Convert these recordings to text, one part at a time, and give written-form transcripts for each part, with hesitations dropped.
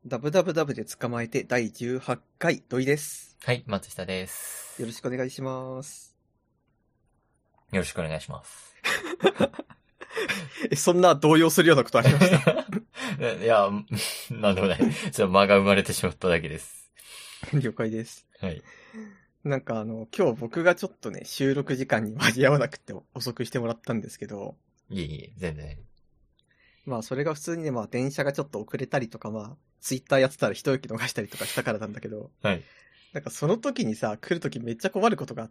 ダブダブダブで捕まえて第18回土井です。 はい、松下です。 よろしくお願いします。 よろしくお願いします。 そんな動揺するようなことありました？ いや、なんでもない。ちょっと間が生まれてしまっただけです。 了解です。 はい。 なんか今日僕がちょっとね、収録時間に間に合わなくて遅くしてもらったんですけど、 いえいえ、全然。 まあそれが普通にね、まあ電車がちょっと遅れたりとか、まあツイッターやってたら一息逃したりとかしたからなんだけど、 はい。 なんかその時にさ、来る時めっちゃ困ることがあって、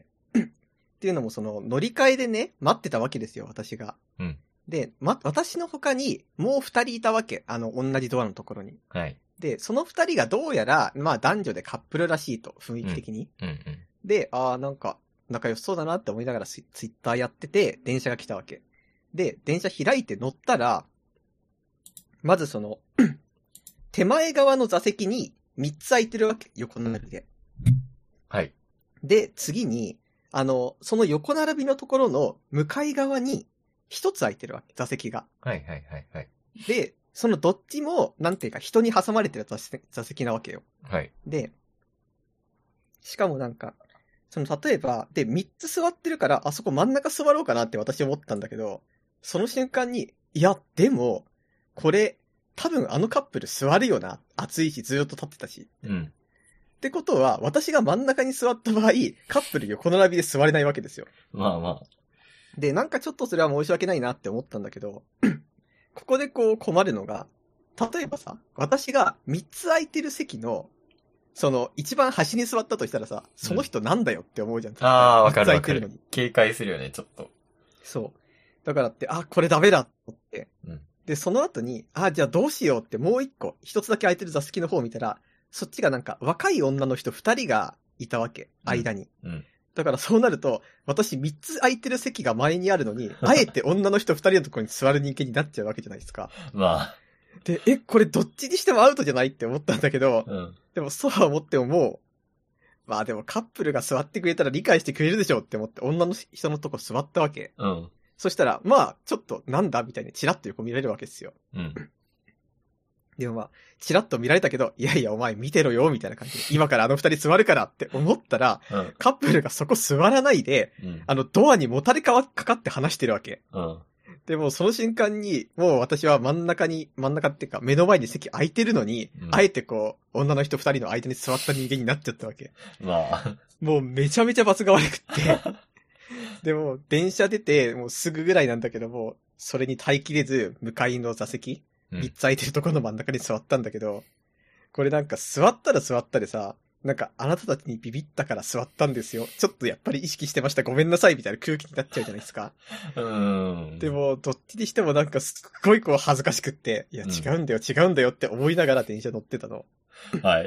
っていうのもその乗り換えでね、待ってたわけですよ、私が。 うん。 で、私の他にもう二人いたわけ。同じドアのところに。 はい。 で、その二人がどうやら、まあ男女でカップルらしいと、雰囲気的に。 うん。 で、なんか、仲良しそうだなって思いながらツイッターやってて、電車が来たわけ。で、電車開いて乗ったら、まずその、手前側の座席に三つ空いてるわけ。横並びで。 はい。 で、次に、その横並びのところの向かい側に一つ空いてるわけ。座席が。 はい。 で、そのどっちも、なんていうか人に挟まれてる座席なわけよ。 はい。 で、しかもなんか、例えば、で、3つ座ってるから、あそこ真ん中座ろうかなって私思ったんだけど、その瞬間に、いや、でも、これ、多分あのカップル座るよな。暑いし、ずーっと立ってたし。 うん。 ってことは、私が真ん中に座った場合、カップル横並びで座れないわけですよ。 まあまあ。 で、なんかちょっとそれは申し訳ないなって思ったんだけど、ここでこう困るのが、例えばさ、私が3つ空いてる席の、一番端に座ったとしたらさ、その人なんだよって思うじゃん。絶対ああ、わか 3つるわかる。 空いてるのに。 警戒するよね、ちょっと。 そう。だからって、これダメだと思って。 うん。 で、その後に、じゃあどうしようってもう一個、一つだけ空いてる座席の方を見たら、そっちがなんか若い女の人2人がいたわけ。間に。 うん。 だからそうなると、私3つ空いてる席が前にあるのに、あえて女の人2人のところに座る人間になっちゃうわけじゃないですか。 まあ。 で、これどっちにしてもアウトじゃないって思ったんだけど、 うん。 でもそうは思ってももう、まあでもカップルが座ってくれたら理解してくれるでしょって思って女の人のとこ座ったわけ。 うん。 そしたら、まあ、ちょっとなんだみたいにチラッと横見られるわけですよ。 うん。 でもまあ、チラッと見られたけど、いやいやお前見てろよみたいな感じで、今からあの二人座るからって思ったら、 うん。 カップルがそこ座らないで、 うん。 ドアにもたれかかって話してるわけ。 うん。 でもその瞬間に、もう私は真ん中っていうか目の前に席空いてるのに、 うんあえてこう、女の人二人の間に座った人間になっちゃったわけ。 まあ。 もうめちゃめちゃ罰が悪くって。でも、電車出て、もうすぐぐらいなんだけども、それに耐えきれず、向かいの座席、 うん 3つ空いてるところの真ん中に座ったんだけど、これなんか座ったら座ったでさ、なんかあなたたちにビビったから座ったんですよ。ちょっとやっぱり意識してました。ごめんなさいみたいな空気になっちゃうじゃないですか。 うーん。 でも、どっちにしてもなんかすっごいこう恥ずかしくって、いや違うんだよ、違うんだよって思いながら電車乗ってたの。 はい。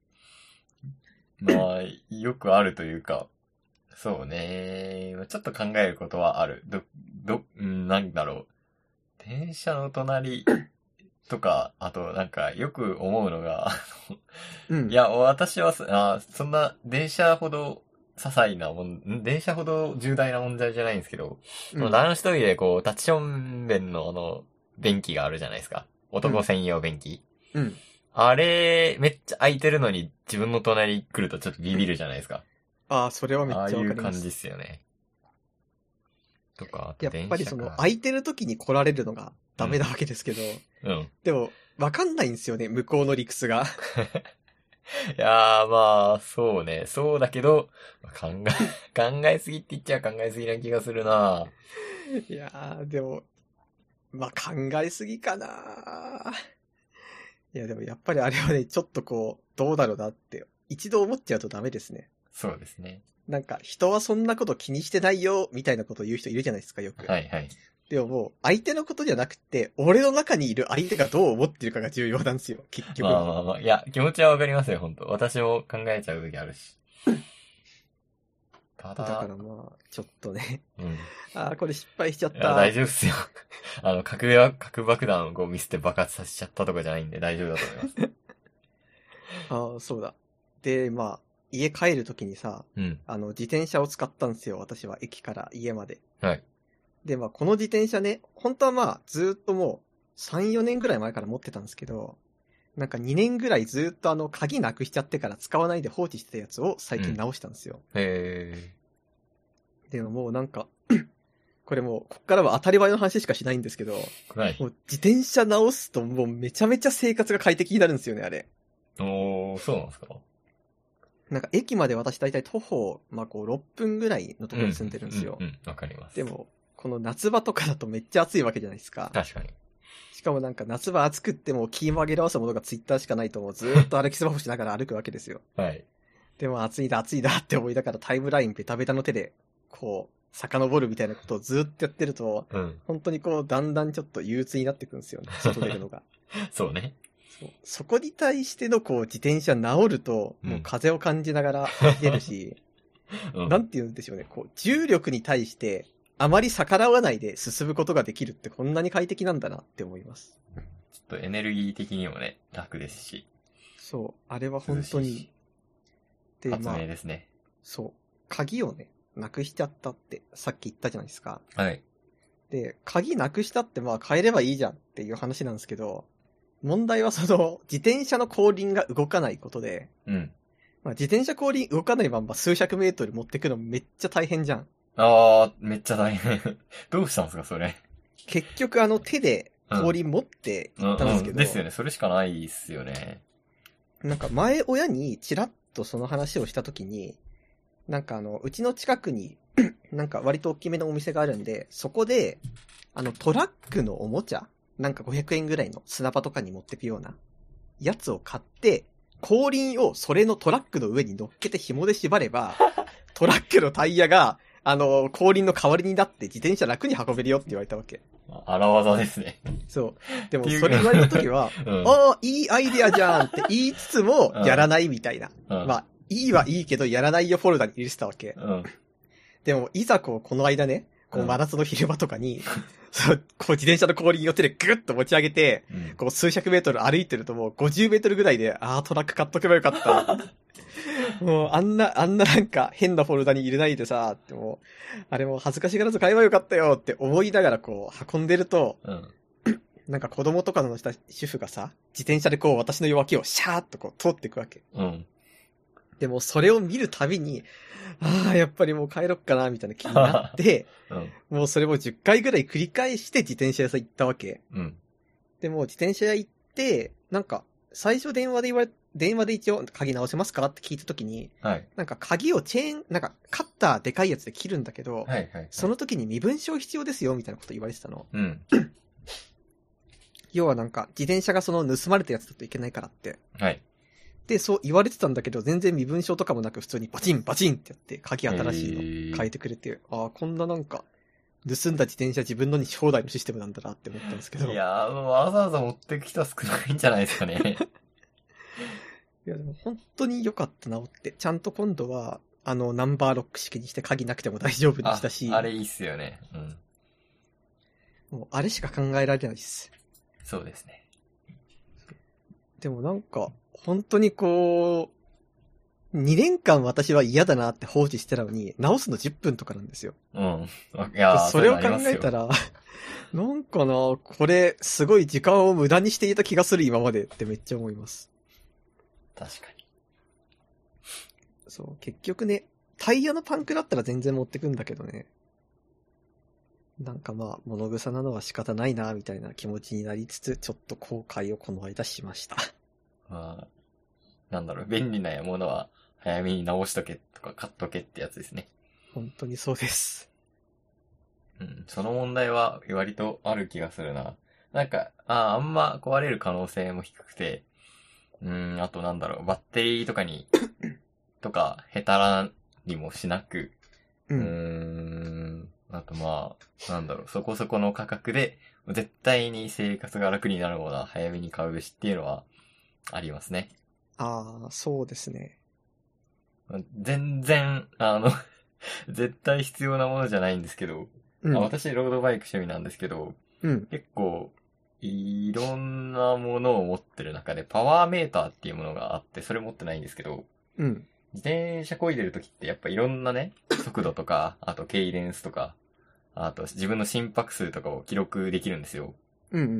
まあ、よくあるというか、そうね。ちょっと考えることはある。なんだろう。電車の隣とか、あとなんかよく思うのが、 うん。 いや、私はそんな電車ほど電車ほど重大な問題じゃないんですけど、 うん。 男子トイレこう、タッチション便の便器があるじゃないですか。男専用便器。 うん。 あれ、めっちゃ空いてるのに自分の隣来るとちょっとビビるじゃないですか。 それはめっああいちゃわかう感じっります。 すよね。とか、あとやっぱり電車か。 空いてる時に来られるのがダメなわけですけど、 うん。 でも、わかんないんですよね、向こうの理屈が。 いやー、まあ、そうね。そうだけど、考えすぎって言っちゃ考えすぎな気がするな。 いやー、でも、まあ、考えすぎかな。いや、でもやっぱりあれはね、ちょっとこう、どうだろうなって、一度思っちゃうとダメですね。 そうですね。 なんか、人はそんなこと気にしてないよ、みたいなことを言う人いるじゃないですか、よく。 はいはい。 でももう、相手のことじゃなくて、俺の中にいる相手がどう思ってるかが重要なんですよ、結局は。 まあまあまあ。いや、気持ちはわかりますよ、本当私も考えちゃう時あるし。ただ、 だからまあ、ちょっとね。 うん。いこれ失敗しちゃっや、大た。 丈夫っすよ。核爆弾をこうミスって爆発させちゃったとかじゃないんで大丈夫だと思います。 そうだ。で、まあ、家帰るときにさ、 うん。 自転車を使ったんですよ、私は、駅から家まで。 はい。 で、まあ、この自転車ね、本当はまあ、ずーっともう、3、4年ぐらい前から持ってたんですけど、 なんか2年ぐらいずっと鍵なくしちゃってから使わないで放置してたやつを最近直したんですよ。 へでももうなんか、これもう、こっからは当たり前の話しかしないんですけど、 はい。 もう自転車直すともうめちゃめちゃ生活が快適になるんですよね、あれ。 そうなんですか？ なんか駅まで私大体徒歩、まあこう6分ぐらいのところに住んでるんですよ。 わかります。 でも、この夏場とかだとめっちゃ暑いわけじゃないですか。 確かに。 しかもなんか夏場暑くっても気紛らわすものがツイッターしかないともうずーっと歩きスマホしながら歩くわけですよ。 はい。 でも暑いだ暑いだって思いながらタイムラインベタベタの手で、こう、遡るみたいなことをずーっとやってると、 うん。 本当にこう、だんだんちょっと憂鬱になってくんですよね。外出るのが。 そうね。 そこに対してのこう、自転車治ると、もう風を感じながら走れるし、なんて言うんでしょうね。こう、重力に対して、あまり逆らわないで進むことができるってこんなに快適なんだなって思います。 ちょっとエネルギー的にもね、楽ですし。 そう。あれは本当に。で、 発明ですね。 そう。鍵をね、なくしちゃったってさっき言ったじゃないですか。 はい。 で、鍵なくしたってまあ変えればいいじゃんっていう話なんですけど、問題はその自転車の後輪が動かないことで、まあ、自転車後輪動かないまんま数百メートル持ってくのめっちゃ大変じゃん。 めっちゃ大変。どうしたんですか、それ。 結局手で後輪持って行ったんですけど、 ですよね。それしかないっすよね。 なんか前親にチラッとその話をしたときに、なんかうちの近くになんか割と大きめのお店があるんで、そこで、トラックのおもちゃなんか500円ぐらいの砂場とかに持ってくようなやつを買って、後輪をそれのトラックの上に乗っけて紐で縛れば、トラックのタイヤが、後輪の代わりになって自転車楽に運べるよって言われたわけ。 荒技ですね。 そう。でもそれ言われた時は、いいアイデアじゃんって言いつつも、やらないみたいな。まあ、いいはいいけど、やらないよフォルダに入れてたわけ。でも、いざこの間ね、真夏の昼間とかに、こう自転車の後輪を手でグッと持ち上げて、こう数百メートル歩いてるともう50メートルぐらいで、トラック買っとけばよかった。もうあんななんか変なフォルダに入れないでさ、ってもう、あれも恥ずかしがらず買えばよかったよって思いながらこう運んでると、なんか子供とかのした主婦がさ、自転車でこう私の脇をシャーっとこう通っていくわけ。でもそれを見るたびに、やっぱりもう帰ろっかな、みたいな気になって、もうそれも10回ぐらい繰り返して自転車屋さん行ったわけ。でも自転車屋行って、なんか、最初電話で一応鍵直せますかって聞いたときに、なんか鍵をなんかカッターでかいやつで切るんだけど、その時に身分証必要ですよ、みたいなこと言われてたの。要はなんか、自転車がその盗まれたやつだといけないからって。で、そう言われてたんだけど、全然身分証とかもなく普通にバチンバチンってやって、鍵新しいの変えてくれて、こんななんか、盗んだ自転車自分のにし放題のシステムなんだなって思ったんですけど。 いやー、わざわざ持ってきた少ないんじゃないですかね。 いや、でも本当に良かったなって。ちゃんと今度は、ナンバーロック式にして鍵なくても大丈夫にしたし。 あれいいっすよね。 もう、あれしか考えられないです。 そうですね。 でもなんか、本当にこう、2年間私は嫌だなって放置してたのに、直すの10分とかなんですよ。 いやそれを考えたら、なんかな、これ、すごい時間を無駄にしていた気がする今までってめっちゃ思います。 確かに。 そう、結局ね、タイヤのパンクだったら全然持ってくんだけどね。なんかまあ、物臭なのは仕方ないな、みたいな気持ちになりつつ、ちょっと後悔をこの間しました。 なんだろう、便利なものは早めに直しとけとか買っとけってやつですね。 本当にそうです。 その問題は割とある気がするな。なんか、あんま壊れる可能性も低くて、あとなんだろう、バッテリーとかに、とか、下手らにもしなく、あとまあ、なんだろう、そこそこの価格で、絶対に生活が楽になるものは早めに買うべしっていうのは、ありますね。 そうですね。 全然、絶対必要なものじゃないんですけど、私、ロードバイク趣味なんですけど、結構、いろんなものを持ってる中で、パワーメーターっていうものがあって、それ持ってないんですけど、自転車漕いでる時ってやっぱいろんなね、速度とか、あとケイデンスとか、あと自分の心拍数とかを記録できるんですよ。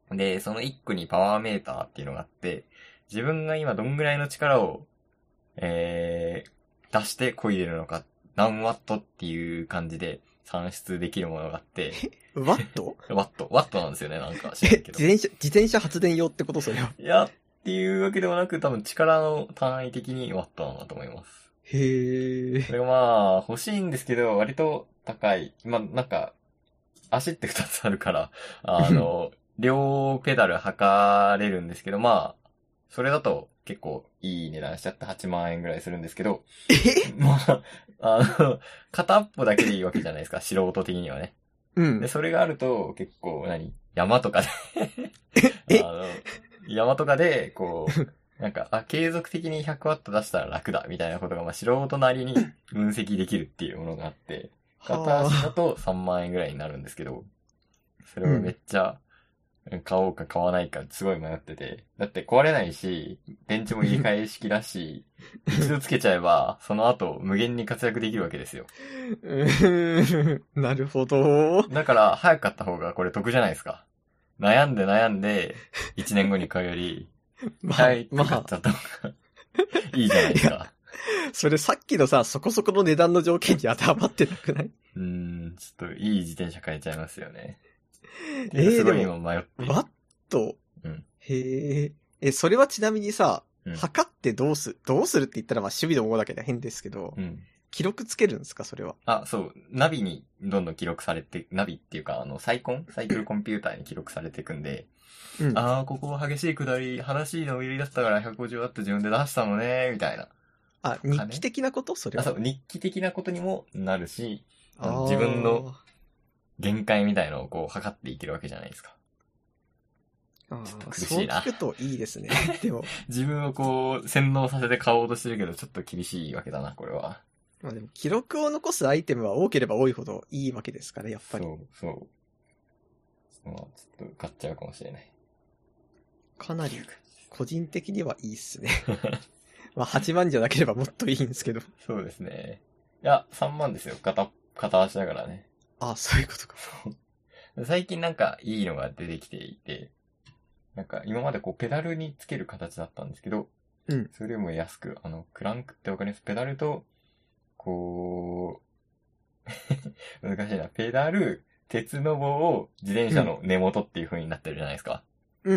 で、その1個にパワーメーターっていうのがあって、自分が今どんぐらいの力を、出して漕いでるのか、何ワットっていう感じで算出できるものがあって、 ワットワットなんですよね、なんか知らんけど。 自転車発電用ってことそれは。 いや、っていうわけではなく、多分力の単位的にワットなんだと思います。 へそれがまあ、欲しいんですけど、割と高い。まあ、なんか、足って2つあるから、両ペダル測れるんですけど、まあ、それだと結構いい値段しちゃって8万円ぐらいするんですけど、まあ、片っぽだけでいいわけじゃないですか、素人的にはね。 うんで、。それがあると結構山とかでえ山とかで、こう、なんか、継続的に100ワット出したら楽だ、みたいなことが、まあ、素人なりに分析できるっていうものがあって、片足だと3万円ぐらいになるんですけど、それをめっちゃ、買おうか買わないかすごい迷ってて、だって壊れないし、電池も入れ替え式だし、一度つけちゃえば、その後無限に活躍できるわけですよ。 なるほど。 だから、早く買った方がこれ得じゃないですか。悩んで、1年後に買うより、はい、買っちゃった方がいいじゃないですか。 それさっきのさ、そこそこの値段の条件に当てはまってなくない？ ちょっといい自転車買えちゃいますよね。 すごい今迷ってる。 ワット、 うん、 へえ。それはちなみにさ、 うん、 測ってどうするって言ったらまあ趣味のものだけで変ですけど、 うん、 記録つけるんですかそれは。 そう。ナビにどんどん記録されて、ナビっていうか、サイクルコンピューターに記録されていくんで、 うん、 ここ激しい下り、激しいのを入り出したから150ワット自分で出したのね、みたいな。 日記的なことそれは。 そう、日記的なことにもなるし、自分の限界みたいのをこう測っていけるわけじゃないですか。 ちょっと苦しいな。そう聞くといいですね。でも。 自分をこう、洗脳させて買おうとしてるけど、ちょっと厳しいわけだな、これは。 まあでも、記録を残すアイテムは多ければ多いほどいいわけですから、やっぱり。 そう。まあ、ちょっと買っちゃうかもしれない。 かなり、個人的にはいいっすね。まあ、8万じゃなければもっといいんですけど。 そうですね。いや、3万ですよ。片足だからね。 そういうことか。 最近なんかいいのが出てきていて、なんか今までこうペダルにつける形だったんですけど、 うん。 それよりも安く、クランクってわかります？ペダルと、こう、難しいな。ペダル、鉄の棒を自転車の根元っていう風になってるじゃないですか。 うん。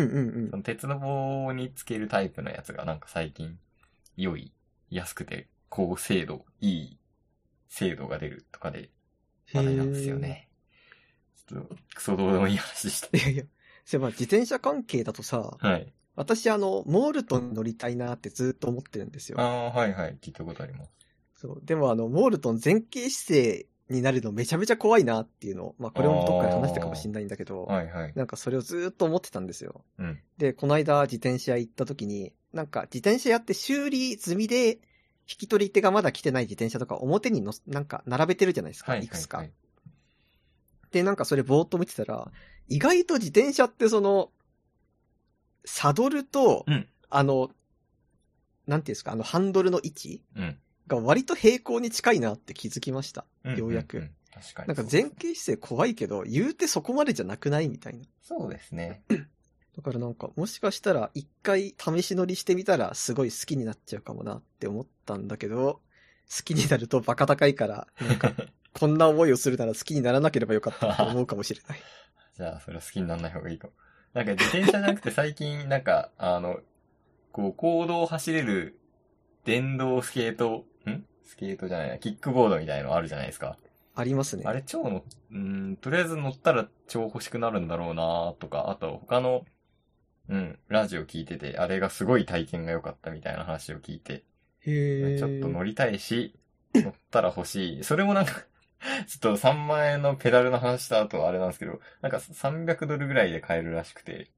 その鉄の棒につけるタイプのやつがなんか最近、安くて、高精度、いい精度が出るとかで、話題なんですよね。ちょっと、クソどうでもいい話した。 いや、そういえば自転車関係だとさ、 はい。 私モールトン乗りたいなってずっと思ってるんですよ。 はい。聞いたことあります。 そう。でもモールトン前傾姿勢になるのめちゃめちゃ怖いなっていうの、まあこれもどっかで話したかもしれないんだけど、 はい。 なんかそれをずっと思ってたんですよ。 うん。 で、この間自転車屋行った時に、なんか自転車屋って修理済みで、引き取り手がまだ来てない自転車とか表になんか並べてるじゃないですか、いくつか。で、なんかそれぼーっと見てたら、意外と自転車ってサドルと、 うん、 なんていうんですか、ハンドルの位置、 うん、 が割と平行に近いなって気づきました。ようやく。 確かに。 なんか前傾姿勢怖いけど、言うてそこまでじゃなくないみたいな。 そうですね。 だからなんか、もしかしたら一回試し乗りしてみたらすごい好きになっちゃうかもなって思ったんだけど、好きになるとバカ高いから、なんか、こんな思いをするなら好きにならなければよかったと思うかもしれない。 じゃあ、それは好きにならない方がいいかも。なんか自転車じゃなくて最近、なんか、こう、公道を走れる電動スケート、スケートじゃないな、キックボードみたいのあるじゃないですか。 ありますね。 あれとりあえず乗ったら超欲しくなるんだろうなとか、あと他の、ラジオ聞いてて、あれがすごい体験が良かったみたいな話を聞いて、 へちょっと乗りたいし、乗ったら欲しい。それもなんかちょっと3万円のペダルの話した後はあれなんですけど、なんか300ドルぐらいで買えるらしくて。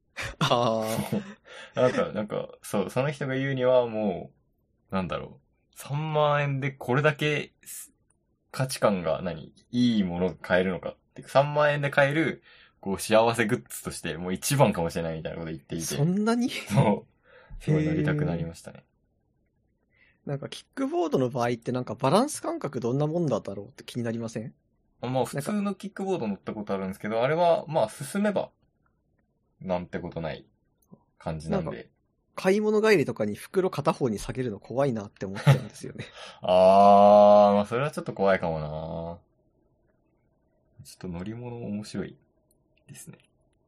なんか、そう、その人が言うにはもう、なんだろう。3万円でこれだけ価値観がいいものが買えるのかって。3万円で買える、こう、幸せグッズとしてもう一番かもしれないみたいなこと言っていて。 そんなにそう。すごい乗りたくなりましたね。 なんかキックボードの場合ってなんかバランス感覚どんなもんだろうって気になりません？ まあ普通のキックボード乗ったことあるんですけど、あれはまあ進めばなんてことない感じなんなんで。 買い物帰りとかに袋片方に下げるの怖いなって思っちゃうんですよね。 まあそれはちょっと怖いかもな。ちょっと乗り物面白いですね。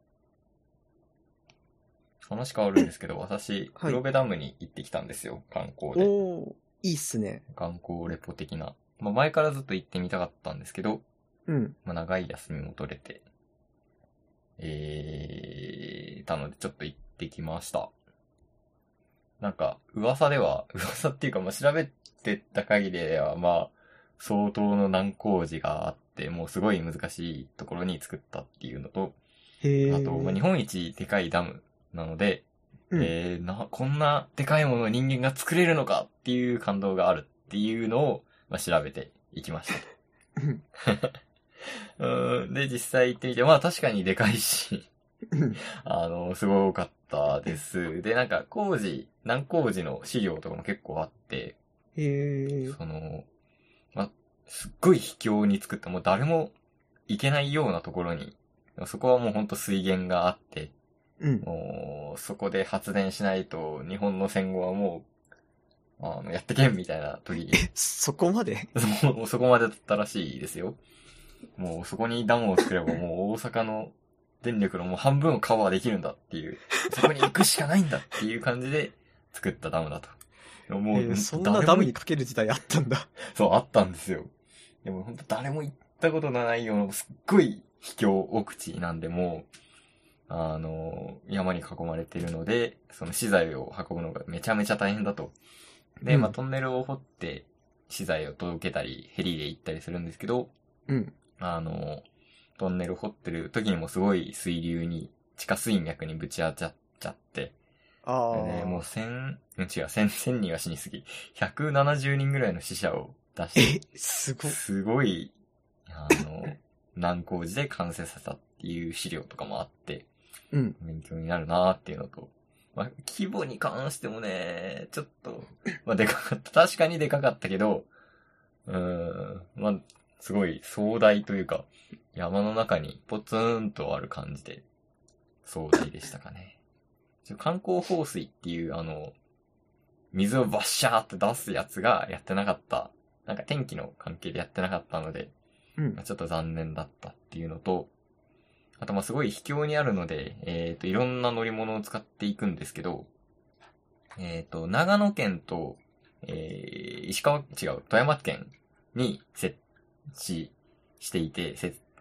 話変わるんですけど、私、 はい黒部ダムに行ってきたんですよ、観光で。 おー、いいっすね。 観光レポ的な。まあ前からずっと行ってみたかったんですけど、 うん。 まあ長い休みも取れて、たのでちょっと行ってきました。なんか、噂では、噂っていうか、まあ調べてた限りでは、まあ、相当の難工事があって、もうすごい難しいところに作ったっていうのと、 へあと、まあ、日ー。 本一でかいダムなので、 うん。 こんなでかいものを人間が作れるのかっていう感動があるっていうのを、まあ、調べていきました。で、実際行ってみて、まあ確かにでかいし、すごかったです。で、なんか難工事の資料とかも結構あって、 へー。 まあ、すっごい秘境に作った、もう誰も行けないようなところに、そこはもうほんと水源があって、 うん。 もう、そこで発電しないと、日本の戦後はもう、やってけんみたいな時に、 そこまでもうそこまでだったらしいですよ。もうそこにダムを作ればもう大阪の電力のもう半分をカバーできるんだっていう、そこに行くしかないんだっていう感じで作ったダムだと。もう、 そんなダムにかける時代あったんだ。 そう、あったんですよ。でも本当誰も行ったことのないような、すっごい秘境奥地なんで、もう、山に囲まれているので、その資材を運ぶのがめちゃめちゃ大変だと。で、まあ、トンネルを掘って、資材を届けたり、ヘリで行ったりするんですけど、 うん。 トンネル掘ってる時にもすごい水流に、地下水脈にぶち当たっちゃって、でもう1000人は死にすぎ。170人ぐらいの死者を出して、すごい、難工事で完成させたっていう資料とかもあって、 うん。 勉強になるなーっていうのと、まあ、規模に関してもね、ちょっと、まあ、でかかった。確かにでかかったけど、まあ、すごい壮大というか、山の中にポツンとある感じで、壮大でしたかね。観光放水っていう水をバッシャーって出すやつがやってなかった。なんか天気の関係でやってなかったので、 うんまあ、ちょっと残念だったっていうのと、あとまあすごい秘境にあるので、いろんな乗り物を使っていくんですけど、長野県と、富山県に設置していて、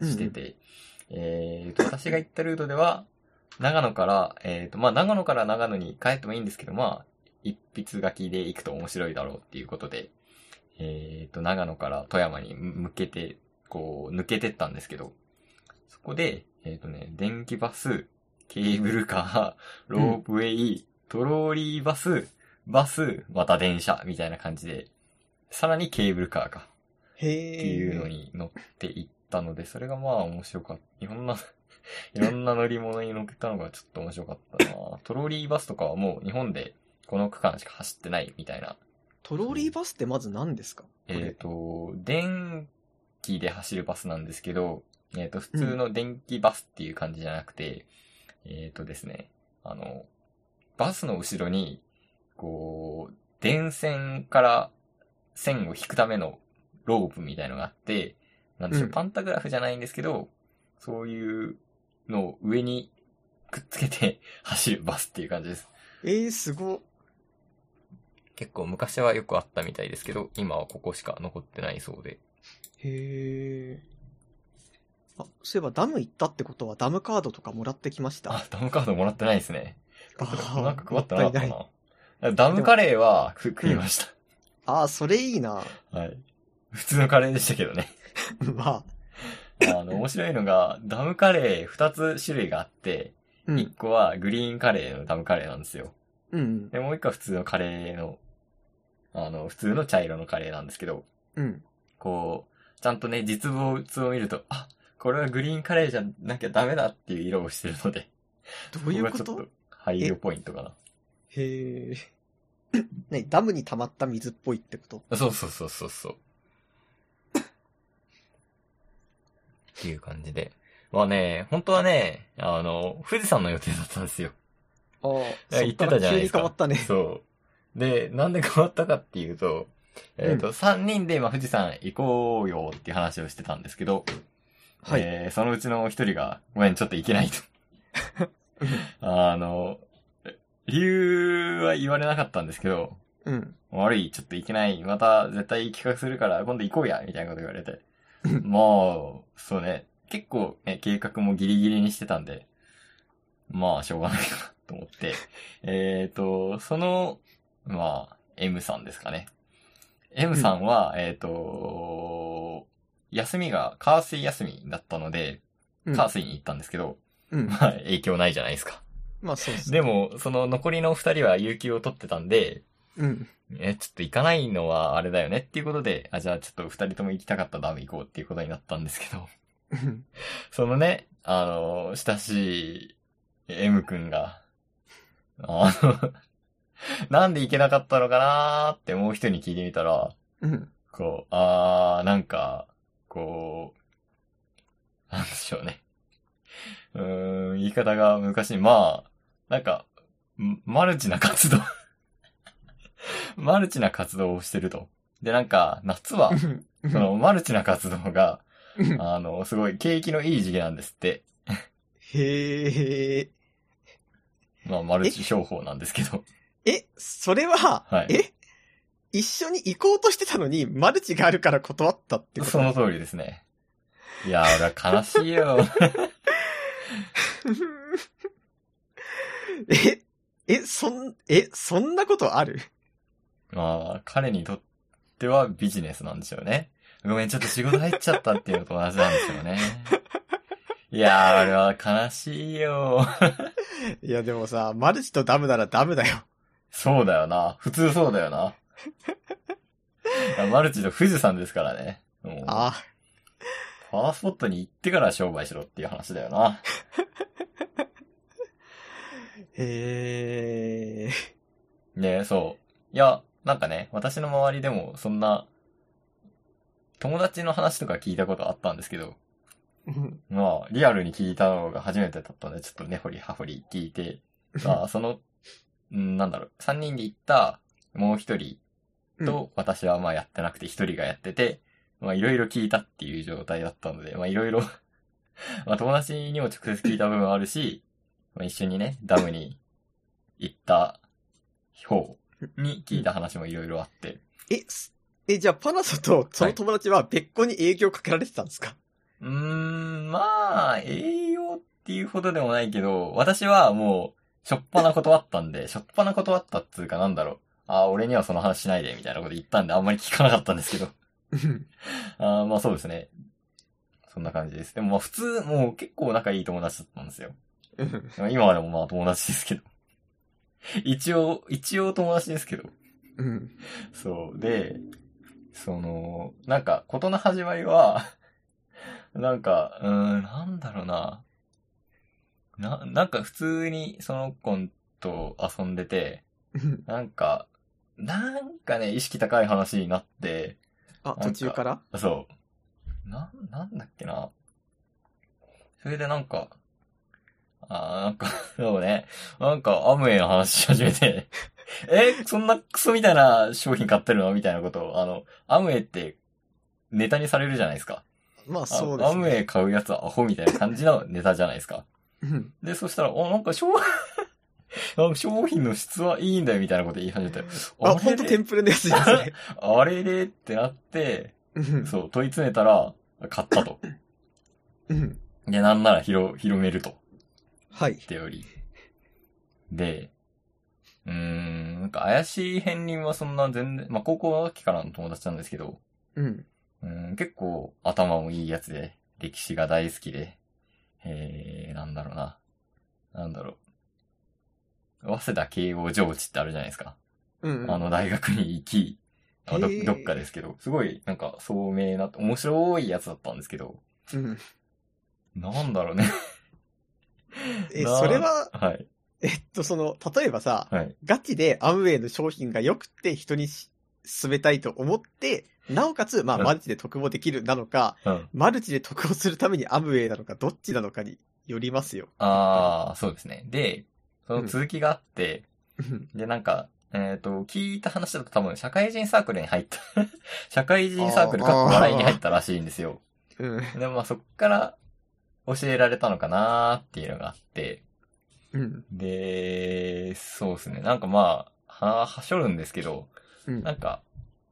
私が行ったルートでは、長野から、まあ長野から長野に帰ってもいいんですけど、まあ、一筆書きで行くと面白いだろうっていうことで、長野から富山に向けて、こう、抜けてったんですけど、そこで、電気バス、ケーブルカー、ロープウェイ、トローリーバス、また電車、みたいな感じで、さらにケーブルカーか。っていうのに乗っていったので、それがまあ面白かった。いろんな乗り物に乗ったのがちょっと面白かったな。トローリーバスとかはもう日本でこの区間しか走ってないみたいな。 トローリーバスってまず何ですか？ 電気で走るバスなんですけど、普通の電気バスっていう感じじゃなくて、ですね、バスの後ろに、こう、電線から線を引くためのロープみたいのがあって、なんでしょう、パンタグラフじゃないんですけど、そういうのを上にくっつけて走るバスっていう感じです。 すごっ。 結構昔はよくあったみたいですけど、今はここしか残ってないそうで。 へー。あ、そういえばダム行ったってことはダムカードとかもらってきました？ あ、ダムカードもらってないですね。なんか配ってなかったかもっな。ダムカレーは食いました。 それいいな。 はい。普通のカレーでしたけどね。 ま面白いのが、ダムカレー2つ種類があって、1個はグリーンカレーのダムカレーなんですよ。で、もう1個は普通のカレーの、普通の茶色のカレーなんですけど、こう、ちゃんとね、実物を見ると、あ、これはグリーンカレーじゃなきゃダメだっていう色をしてるので。 どういうこと？ そこがちょっと配慮ポイントかな。 へー。ね、ダムに溜まった水っぽいってこと？ そう。っていう感じで。 はね、本当はね、富士山の予定だったんですよ。 ああ、 言ってたじゃないですか。 急に変わったね。 そう。で、なんで変わったかっていうと、3人で、富士山行こうよっていう話をしてたんですけど、 はい。 そのうちの一人が、ごめん、ちょっと行けないと。理由は言われなかったんですけど、 うん。 悪い、ちょっと行けない、また絶対企画するから今度行こうや、みたいなこと言われて。 うん。 もう、そうね、結構ね、計画もギリギリにしてたんで、まあ、しょうがないかなと思って。その、M さんですかね。M さんは、休みが、火水休みだったので、 うん。 火水に行ったんですけど、 うん。 影響ないじゃないですか。 まあそうですね。 でも、その残りの二人は有給を取ってたんで、 うん。 ちょっと行かないのはあれだよねっていうことで、じゃあちょっと二人とも行きたかったらダメ行こうっていうことになったんですけど、 うん。 そのね、親しい M 君が、あの、なんで行けなかったのかなーってもう一人に聞いてみたら、 うん。 なんか、こう、なんでしょうね。言い方が難しい。なんか、マルチな活動マルチな活動をしてると。で、なんか、夏は、そのマルチな活動が、 うん。 すごい景気のいい時期なんですって。 へえ。 マルえ、 チ商法なんですけど。 それは、 はい。 一緒に行こうとしてたのに、マルチがあるから断ったってこと？ その通りですね。いやー、俺は悲しいよ。 そんなことある？ 彼にとってはビジネスなんでしょうね。ごめん、ちょっと仕事入っちゃったっていうのと同じなんですよね。いやー、俺は悲しいよ。 いやでもさ、マルチとダムならダムだよ。 そうだよな。普通そうだよな。マルチと富士山ですからね。もう、 あパワースポットに行ってから商売しろっていう話だよな。 へえ。 ねそう。いや、なんかね、私の周りでもそんな、友達の話とか聞いたことあったんですけど、リアルに聞いたのが初めてだったので、ちょっと根掘り葉掘り聞いて、その、3人で行ったもう一人うん。 と私はやってなくて一人がやってて、いろいろ聞いたっていう状態だったので、いろいろ友達にも直接聞いた部分はあるし、一緒にね、ダムに行った方に聞いた話もいろいろあって。 え、すじゃあパナソとそはい。 の友達は別個に営業かけられてたんですか？ 栄養っていうほどでもないけど、私はもう、しょっぱな断ったんで、しょっぱな断ったっつうか俺にはその話しないで、みたいなこと言ったんであんまり聞かなかったんですけど。そうですね。そんな感じです。でも普通、もう結構仲いい友達だったんですよ。今はでも友達ですけど。一応友達ですけど。 うん。 そう。で、ことの始まりは、なんだろうな。なんか普通にその子と遊んでて、なんかね、意識高い話になって、 あ、途なんか、 中から？ そう。なんだっけな。それでそうね。アムウェイの話し始めて、そんなクソみたいな商品買ってるのみたいなことを、アムウェイってネタにされるじゃないですか。 まあそうでアムウェイすね。 買うやつはアホみたいな感じのネタじゃないですか。 うん。 で、そしたら、商品の質はいいんだよみたいなこと言い始めて、 あ、 あれで、 ほんとテンプレのやつじゃん、それ。 あれでってなって、 うん。 そう、問い詰めたら、買ったと。 うん。 で、なんなら広めると。 はい。 っており。で、怪しい片鱗はそんな全然、高校の時からの友達なんですけど、 うん。 結構頭もいいやつで、歴史が大好きで、なんだろ早稲田慶応上智ってあるじゃないですか。 うんうん。 大学に行き、 へどっかでえ。 すけど、すごい、聡明な、面白いやつだったんですけど、 うん。 なんだろうね。 それは、 はい。 例えばさ、 はい。 ガチでアムウェイの商品が良くて人に勧めたいと思ってなおかつ、まあ、 うんマルチで得もできるなのか、 うん。 マルチで得をするためにアムウェイなのか、どっちなのかによりますよ。 ああ、そうですね。で、その続きがあって、 うんで、なんか、聞いた話だと多分、社会人サークルに入った社会人サークルかっこ笑いに入ったらしいんですよ。 うん。 でもまあそっから教えられたのかなーっていうのがあって、 うん。 で、そうですね。なんかまあ、はしょるんですけど、 うん。 なんか、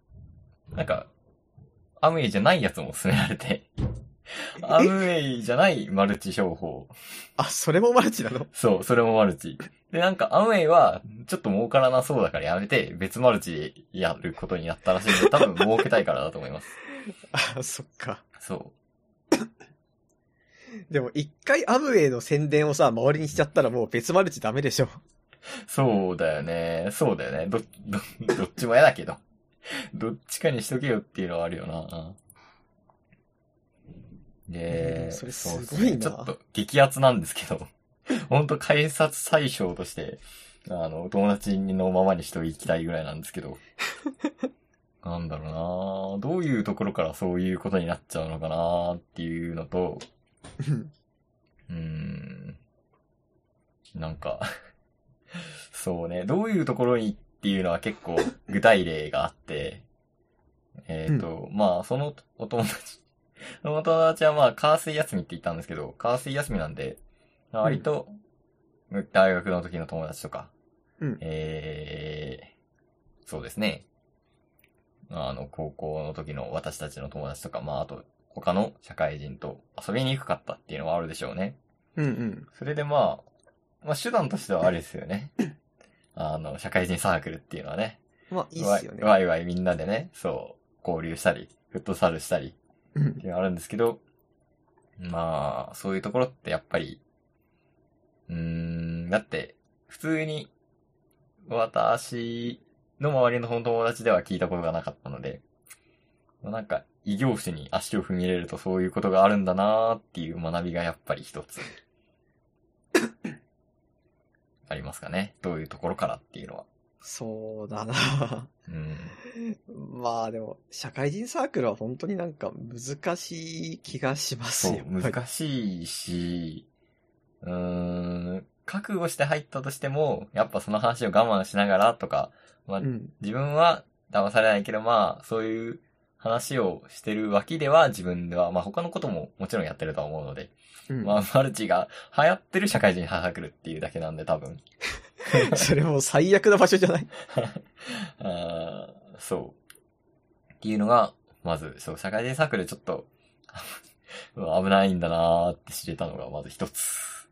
アムウェイじゃないやつも勧められて、アムウェイじゃないマルチ商法。 あ、それもマルチなの？ そう、それもマルチ。で、なんか、アムウェイは、ちょっと儲からなそうだからやめて、別マルチでやることになったらしいんで、多分儲けたいからだと思います。 あ、そっか。 そでも一回アムウェイの宣伝をさ、周りにしちゃったらもう別マルチダメでしょ。 う。そうだよね。そうだよね。どっちも嫌だけど。どっちかにしとけよっていうのはあるよな。で、 それそうっすごいな。 ちょっと激アツなんですけど、ほんと改札対象として、友達のままにしておきたいぐらいなんですけど、なんだろうなどういうところからそういうことになっちゃうのかなっていうのと、なんかそうね、どういうところにっていうのは結構具体例があって、まあ、そのお友達、そのお友達はまあ、火水休みって言ったんですけど、火水休みなんで、割と、大学の時の友達とか、 うん。 そうですね。高校の時の私たちの友達とか、まあ、あと、他の社会人と遊びにくかったっていうのはあるでしょうね。 うんうん。 それでまあ、手段としてはあれですよね。社会人サークルっていうのはね。 まあ、いいっすよね。 ワイワイみんなでね、そう、交流したり、フットサルしたり、 うんっていうのがあるんですけど、まあ、そういうところってやっぱり、だって、普通に、私の周りの友達では聞いたことがなかったので、なんか、異業種に足を踏み入れるとそういうことがあるんだなーっていう学びがやっぱり一つ、ありますかね。どういうところからっていうのは。 そうだな。まあでも、社会人サークルは本当になんか難しい気がしますそうよ。、 難しいし、覚悟して入ったとしても、やっぱその話を我慢しながらとか、まあ、自分は騙されないけど、まあ、そういう話をしてる脇では自分では、まあ他のことももちろんやってるとは思うので、まあ、マルチが流行ってる社会人サークルっていうだけなんで多分。 それもう最悪な場所じゃないそう。っていうのが、まず、そう、社会人サークルちょっと、危ないんだなーって知れたのがまず一つ。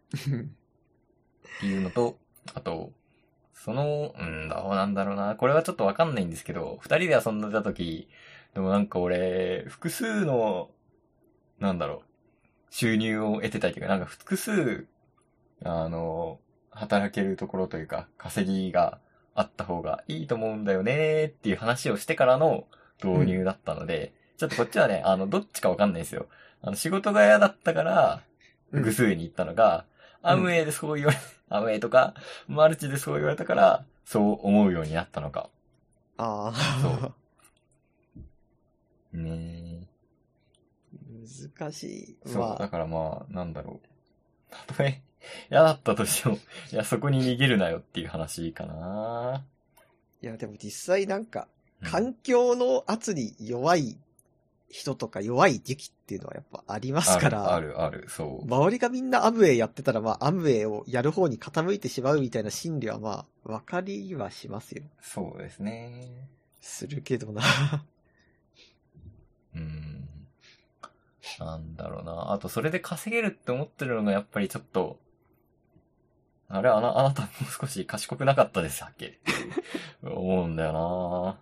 っていうのと、あと、なんだろうな。これはちょっとわかんないんですけど、二人で遊んでた時、でもなんか俺、複数の、収入を得てたりというか、なんか複数、働けるところというか、稼ぎがあった方がいいと思うんだよねっていう話をしてからの導入だったので、ちょっとこっちはね、どっちかわかんないですよ。仕事が嫌だったから、複数に行ったのが、アムウェイでそう言われ、アムウェイとか、マルチでそう言われたから、そう思うようになったのか。 ああ。 そう。ね難しい。 そう、だからまあ、たとえ嫌だったとしても、いや、そこに逃げるなよっていう話かな。 いや、でも実際なんか、環境の圧に弱い人とか弱い時期っていうのはやっぱありますから。 ある、そう。 周りがみんなアムウェイやってたら、まあ、アムウェイをやる方に傾いてしまうみたいな心理はまあ、わかりはしますよ。 そうですね。 するけどな。 なんだろうな。あと、それで稼げるって思ってるのがやっぱりちょっと、あなたもう少し賢くなかったでしたっけって思うんだよな。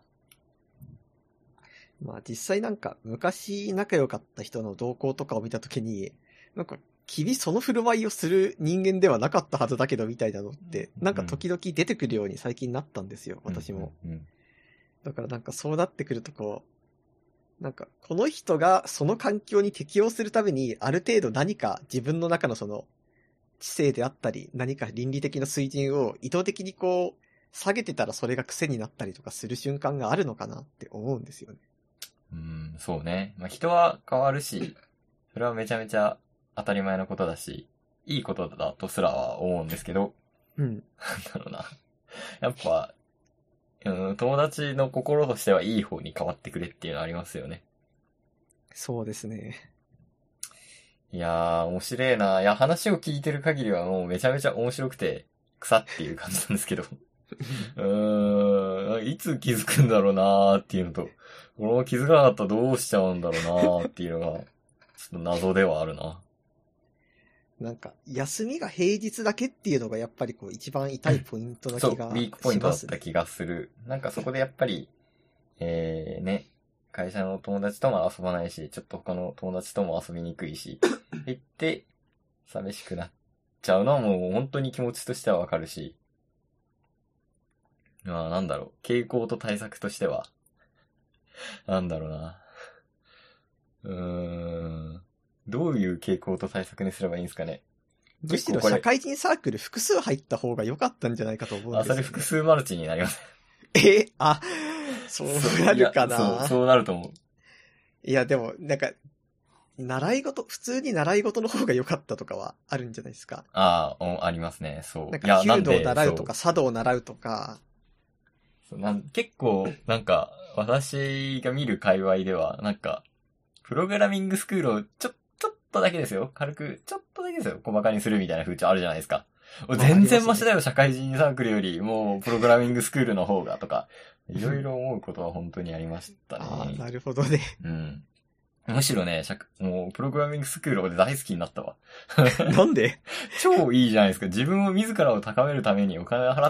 まあ実際なんか昔仲良かった人の動向とかを見たときに、なんか君その振る舞いをする人間ではなかったはずだけどみたいなのって、なんか時々出てくるように最近なったんですよ、私も。だからなんかそうなってくるとこう、なんかこの人がその環境に適応するためにある程度何か自分の中のその知性であったり何か倫理的な水準を意図的にこう下げてたらそれが癖になったりとかする瞬間があるのかなって思うんですよね。 そうね。まあ、人は変わるし、それはめちゃめちゃ当たり前のことだし、いいことだとすらは思うんですけど、 うん。 なんだろうな。やっぱ、友達の心としてはいい方に変わってくれっていうのはありますよね。 そうですね。 いやー、面白いな。いや、話を聞いてる限りはもうめちゃめちゃ面白くて、草っていう感じなんですけど。いつ気づくんだろうなーっていうのと、このまま気づかなかったらどうしちゃうんだろうなーっていうのが、ちょっと謎ではあるな。 なんか、休みが平日だけっていうのがやっぱりこう一番痛いポイントなそう、 気がウィークポイントだしますね。 った気がする。なんかそこでやっぱり、ね、会社の友達とも遊ばないし、ちょっと他の友達とも遊びにくいし、言って、寂しくなっちゃうのはもう本当に気持ちとしてはわかるし、まあなんだろう、傾向と対策としては、なんだろうな。どういう傾向と対策にすればいいんですかね。 むしろ社会人サークル複数入った方が良かったんじゃないかと思うんですよ、ね。 それ複数マルチになります。 そうなるかな。 そうなると思う。 いや、でも、なんか、普通に習い事の方が良かったとかはあるんじゃないですか。 ありますね、そう。 なんか、弓道を習うとか、茶道を習うとか。 結構、なんか、私が見る界隈では、なんか、プログラミングスクールをちょっとだけですよ。軽く、ちょっとだけですよ。細かにするみたいな風潮あるじゃないですか。全然マシだよ、社会人サークルより、もう、プログラミングスクールの方が、とか、いろいろ思うことは本当にありましたね。 なるほどね。 むしろね、もう、プログラミングスクール俺大好きになったわ。 なんで？ 超いいじゃないですか。自分を自らを高めるためにお金を払って、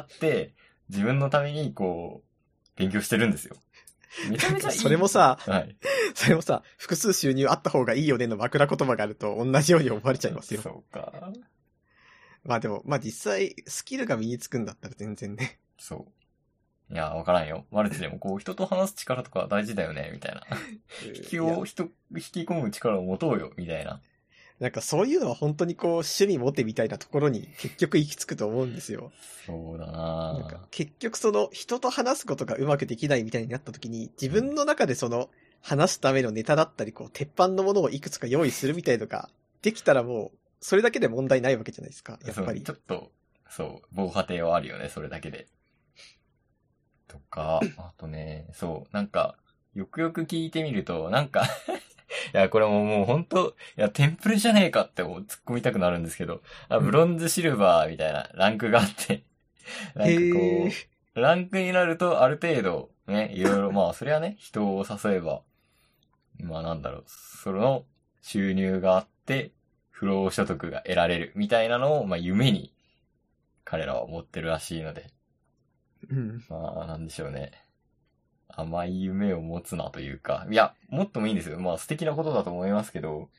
自分のために、こう、勉強してるんですよ。めちゃめちゃいい。 それもさ、 はい。 複数収入あった方がいいよねの枕言葉があると同じように思われちゃいますよ。 そうか。 まあでも、実際、スキルが身につくんだったら全然ね。 そう。いや、わからんよ。マルチでもこう、人と話す力とか大事だよね、みたいな。引き込む力を持とうよ、みたいな。 なんかそういうのは本当にこう、趣味持てみたいなところに結局行き着くと思うんですよ。 そうだななんか結局その人と話すことがうまくできないみたいになった時に、自分の中でその話すためのネタだったり、こう、鉄板のものをいくつか用意するみたいのができたらもう、それだけで問題ないわけじゃないですか、やっぱり。 ちょっと、防波堤はあるよね、それだけで。とか、あとね、なんか、よくよく聞いてみると、なんかいや、これもう本当テンプレじゃねえかって突っ込みたくなるんですけど、ブロンズ、シルバーみたいなランクがあってなんかこう、ランクになるとある程度、ね、いろいろ、まあ、それはね、人を誘えば、まあなんだろう、その収入があって、不労所得が得られるみたいなのを、まあ夢に彼らは思ってるらしいので、まあなんでしょうね。甘い夢を持つなというか、いや、もっともいいんですよ。まあ素敵なことだと思いますけど、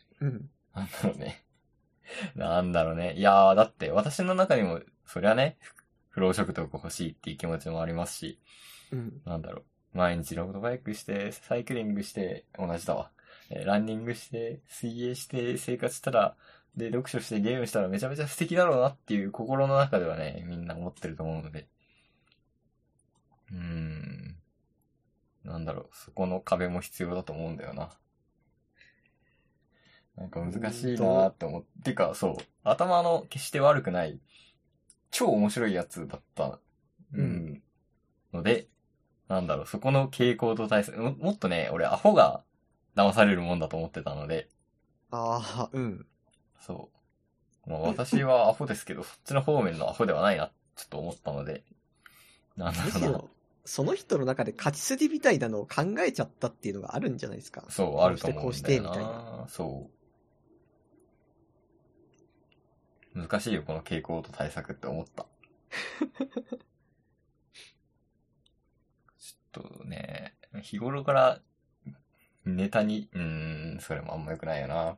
なんだろうね。いやー、だって私の中にも、そりゃね、不労所得欲しいっていう気持ちもありますし、なんだろう。毎日ロードバイクして、サイクリングして、同じだわ。ランニングして、水泳して、生活したら、で、読書してゲームしたらめちゃめちゃ素敵だろうなっていう心の中ではね、みんな思ってると思うので。なんだろう、そこの壁も必要だと思うんだよな。なんか難しいなーって思って、てか頭の決して悪くない、超面白いやつだった。ので、なんだろう、そこの傾向と対策、もっとね、俺アホが騙されるもんだと思ってたので。そう。まあ私はアホですけど、そっちの方面のアホではないな、ちょっと思ったので。なんだろうな。 その人の中で勝ち筋みたいなのを考えちゃったっていうのがあるんじゃないですか。 あると思うんだよな。 こうしてみたいな。 難しいよ、この傾向と対策って思った。ちょっとね、日頃からネタに、それもあんま良くないよな。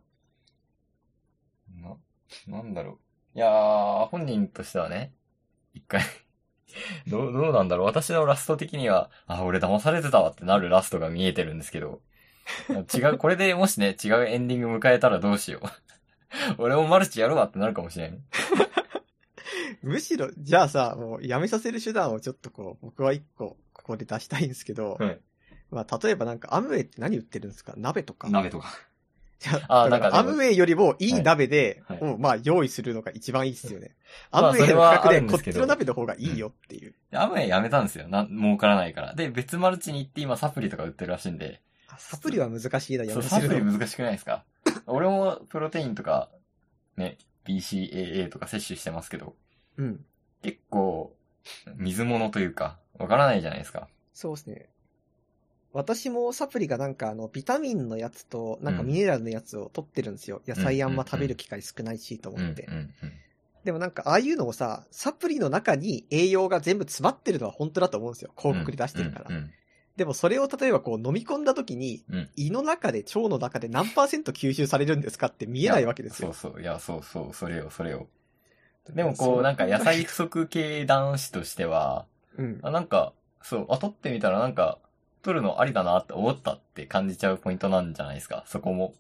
なんだろう。いやー、本人としてはね、一回どうなんだろう。私のラスト的には、俺騙されてたわってなるラストが見えてるんですけど、これでもしね、違うエンディング迎えたらどうしよう。俺もマルチやるわってなるかもしれん。 むしろ、じゃあさ、もうやめさせる手段をちょっとこう、僕は一個、ここで出したいんですけど、 まあ、例えばなんかアムウェイって何売ってるんですか？鍋とか。 鍋とか。 だからアムウェイよりもいい鍋で、 はいもうまあ用意するのが一番いいっすよね。 まあアムウェイの価格でこっそれはあるんですけどちの鍋の方がいいよっていう。 アムウェイやめたんですよ。儲からないから。で、別マルチに行って今サプリとか売ってるらしいんで。 サプリは難しいな、 そう、サプリ難しくないですか？俺もプロテインとか、ね、BCAA とか摂取してますけど。 うん。 結構、水物というか、わからないじゃないですか。 そうですね。私もサプリがなんかビタミンのやつと、なんかミネラルのやつを取ってるんですよ。野菜あんま食べる機会少ないしと思って。でもなんかああいうのをさ、サプリの中に栄養が全部詰まってるのは本当だと思うんですよ。広告で出してるから。でもそれを例えばこう飲み込んだ時に、胃の中で腸の中で何%吸収されるんですかって見えないわけですよ。 そうそう。いや、そうそう。それよ。でもこう、なんか野菜不足系男子としては、なんか、そう、取ってみたらなんか、取るのありだなって思ったって感じちゃうポイントなんじゃないですか、そこも。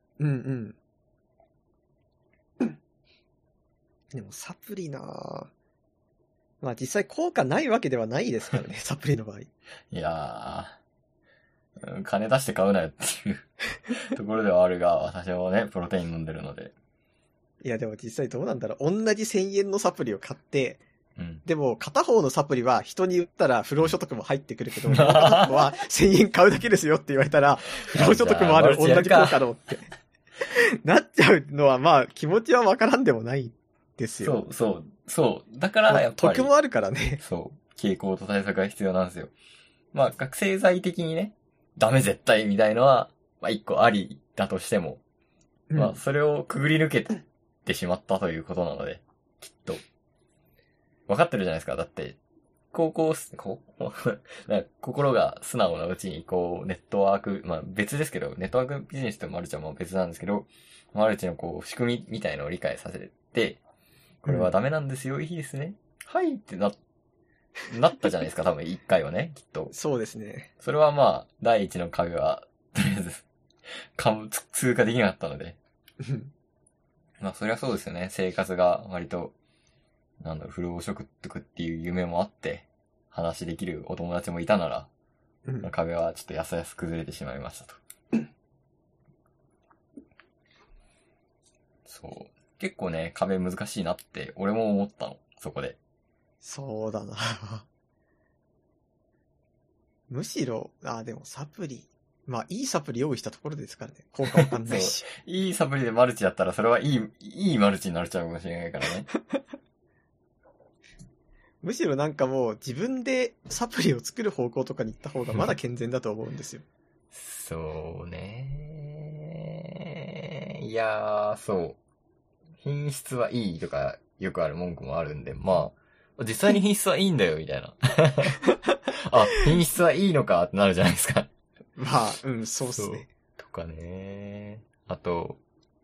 でもサプリなぁ。まあ実際効果ないわけではないですからね、サプリの場合。 いやー、金出して買うなよっていうところではあるが、私もね、プロテイン飲んでるので。 いやでも実際どうなんだろう。同じ1000円のサプリを買って、でも片方のサプリは人に言ったら不労所得も入ってくるけど、片方は1000円買うだけですよって言われたら、不労所得もある同じ効果のってなっちゃうのはまあ気持ちはわからんでもないですよ。 そう。だからやっぱり。 得もあるからね。 そう。傾向と対策が必要なんですよ。まあ学生剤的にね、ダメ絶対みたいのは、まあ一個ありだとしても、まあそれをくぐり抜けてしまったということなので、きっと。分かってるじゃないですか。だって、心が素直なうちに、こう、ネットワーク、まあ別ですけど、ネットワークビジネスとマルチはもう別なんですけど、マルチのこう、仕組みみたいのを理解させて、これはダメなんですよ、いいですね。はいってなったじゃないですか、多分一回はね、きっと。 そうですね。 それはまあ、第一の壁は、とりあえず、通過できなかったので。まあそりゃそうですよね。生活が割と、不労所得っていう夢もあって、話できるお友達もいたなら、壁はちょっとやすやす崩れてしまいましたと。そう。結構ね、壁難しいなって俺も思ったの、そこで。 そうだなむしろ、でもサプリ。まあ、いいサプリ用意したところですからね。効果わかんないし。 いいサプリでマルチだったらそれはいいマルチになっちゃうかもしれないからね。 むしろなんかもう自分でサプリを作る方向とかに行った方がまだ健全だと思うんですよ。 そうね。いやー、そう。品質はいいとかよくある文句もあるんで、まあ、実際に品質はいいんだよ、みたいな。あ、品質はいいのかってなるじゃないですか。 まあ、そうっすね。 とかね。あと、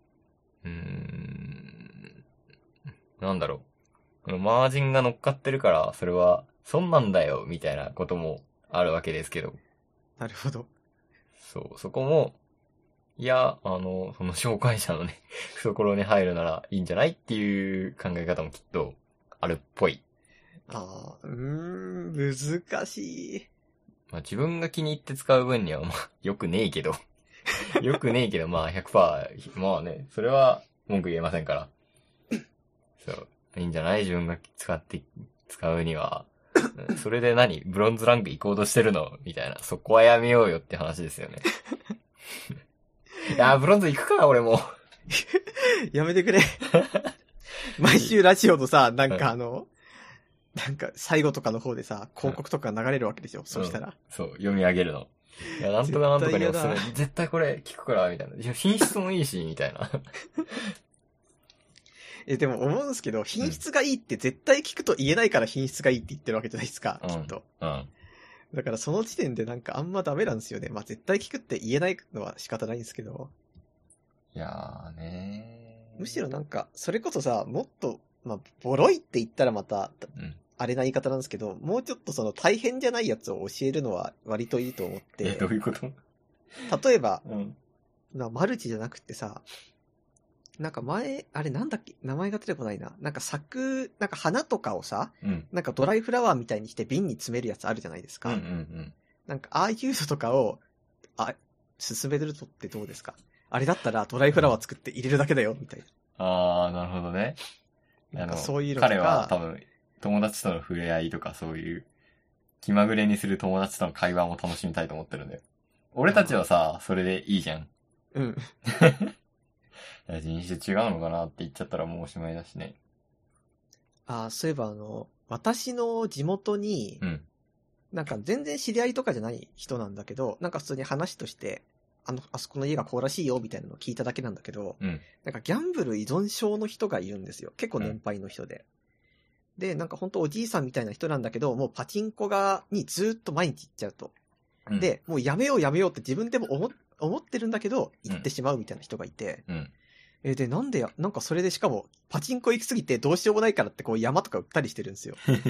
なんだろう。このマージンが乗っかってるから、それは、損なんだよ、みたいなこともあるわけですけど。 なるほど。 そう、そこも、いや、その紹介者のね、懐に入るならいいんじゃないっていう考え方もきっとあるっぽい。 難しい。 まあ自分が気に入って使う分にはまあよくねえけど、まあ 100%、まあね、それは文句言えませんから。そう、いいんじゃない？自分が使うには。それでブロンズランク行こうとしてるのみたいな。そこはやめようよって話ですよね。いやー、ブロンズ行くか、俺も。 やめてくれ。毎週ラジオのさ、なんか最後とかの方でさ、広告とか流れるわけですよ。そしたら。 そう、読み上げるの。いや、なんとかなんとかにおすすめ。絶対これ聞くから、みたいな。いや、品質もいいし、みたいな。 でも思うんですけど、品質がいいって絶対聞くと言えないから品質がいいって言ってるわけじゃないですか、きっと。だからその時点でなんかあんまダメなんですよね。まあ絶対聞くって言えないのは仕方ないんですけど。 いやーねー。 むしろなんか、それこそさ、もっと、まあ、ボロいって言ったらまた、あれな言い方なんですけど、もうちょっとその大変じゃないやつを教えるのは割といいと思って。 どういうこと？ 例えば、マルチじゃなくてさ、なんか前、あれなんだっけ名前が出てこないな。なんかなんか花とかをさ、なんかドライフラワーみたいにして瓶に詰めるやつあるじゃないですか。なんなんかああいうのとかを、進めるとってどうですか？あれだったらドライフラワー作って入れるだけだよ、みたいな。 ああ、なるほどね。 なんかそういうのとか。 彼は多分、友達との触れ合いとかそういう、気まぐれにする友達との会話も楽しみたいと思ってるんだよ。俺たちはさ、それでいいじゃん。 うん。 いや人種違うのかなって言っちゃったらもうおしまいだしね。 そういえば私の地元に、 うん。 なんか全然知り合いとかじゃない人なんだけど、なんか普通に話として、あそこの家がこうらしいよみたいなのを聞いただけなんだけど、 うん。 なんかギャンブル依存症の人がいるんですよ。結構年配の人で。で、なんか本当おじいさんみたいな人なんだけど、もうパチンコにずっと毎日行っちゃうと。 うん、 で、もうやめようって自分でも思ってるんだけど、行ってしまうみたいな人がいて、 うん。 で、なんかそれでしかも、パチンコ行きすぎてどうしようもないからってこう山とか売ったりしてるんですよ。 うん。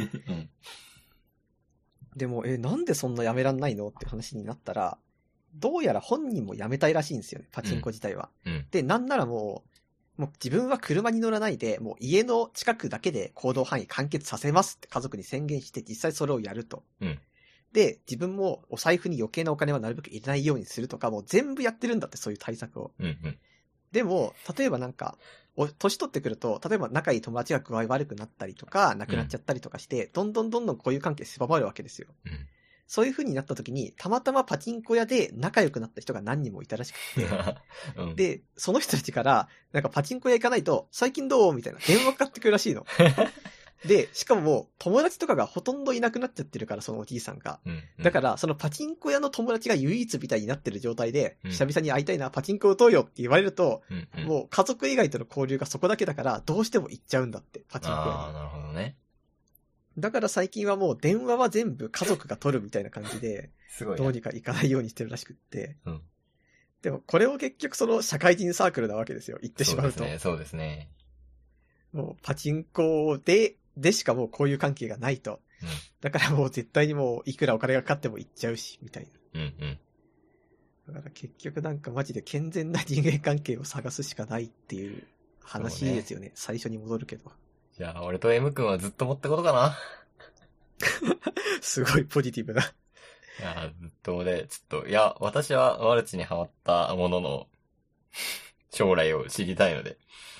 でも、なんでそんなやめらんないのって話になったら、どうやら本人もやめたいらしいんですよね、パチンコ自体は。 うん。 で、なんならもう自分は車に乗らないで、もう家の近くだけで行動範囲完結させますって家族に宣言して実際それをやると。 うん。 で、自分もお財布に余計なお金はなるべく入れないようにするとか、もう全部やってるんだって、そういう対策を。 うん。うん。 でも、例えばなんか、年取ってくると、例えば仲いい友達が具合悪くなったりとか、亡くなっちゃったりとかして、どんどん交友関係狭まるわけですよ。 うん。 そういう風になった時に、たまたまパチンコ屋で仲良くなった人が何人もいたらしくて、 うん、 で、その人たちから、なんかパチンコ屋行かないと、最近どうみたいな電話かかってくるらしいの。で、しかももう、友達とかがほとんどいなくなっちゃってるから、そのおじいさんが。 うんうん、 だから、そのパチンコ屋の友達が唯一みたいになってる状態で、 うん、 久々に会いたいな、パチンコ打とうよって言われると、 うんうん、 もう家族以外との交流がそこだけだから、どうしても行っちゃうんだって、パチンコ屋に。 ああ、なるほどね。 だから最近はもう電話は全部家族が取るみたいな感じで、 すごいどうにか行かないようにしてるらしくって。 うん。 でもこれを結局その社会人サークルなわけですよ。言ってしまうと。 そうですね、そうですね。 もうパチンコでしかもう交友関係がないと。 うん。 だからもう絶対にもういくらお金がかかっても行っちゃうし、みたいうんうん。 な。だから結局なんかマジで健全な人間関係を探すしかないっていう話ですよね。最初に戻るけど。 じゃあ、俺と M 君はずっともってことかな。 すごいポジティブな。 いや、ずっとで、ちょっと、いや、私はマルチにハマったものの、将来を知りたいので。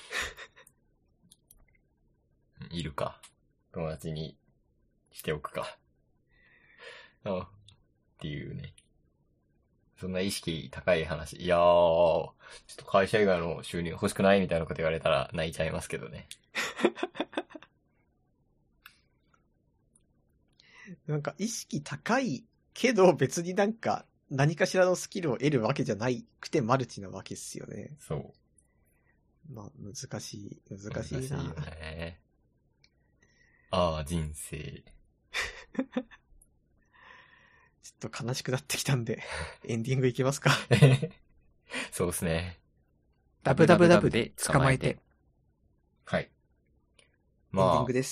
いるか。友達にしておくか。っていうね。そんな意識高い話。いやー、ちょっと会社以外の収入欲しくないみたいなこと言われたら泣いちゃいますけどね。 なんか意識高いけど別になんか何かしらのスキルを得るわけじゃないくてマルチなわけっすよね。 そう。 まあ難しいな。 難しいよね。ああ、人生。 ちょっと悲しくなってきたんで、エンディングいきますか。 そうですね。 ダブダブダブで捕まえて。 はい。 エンディングです。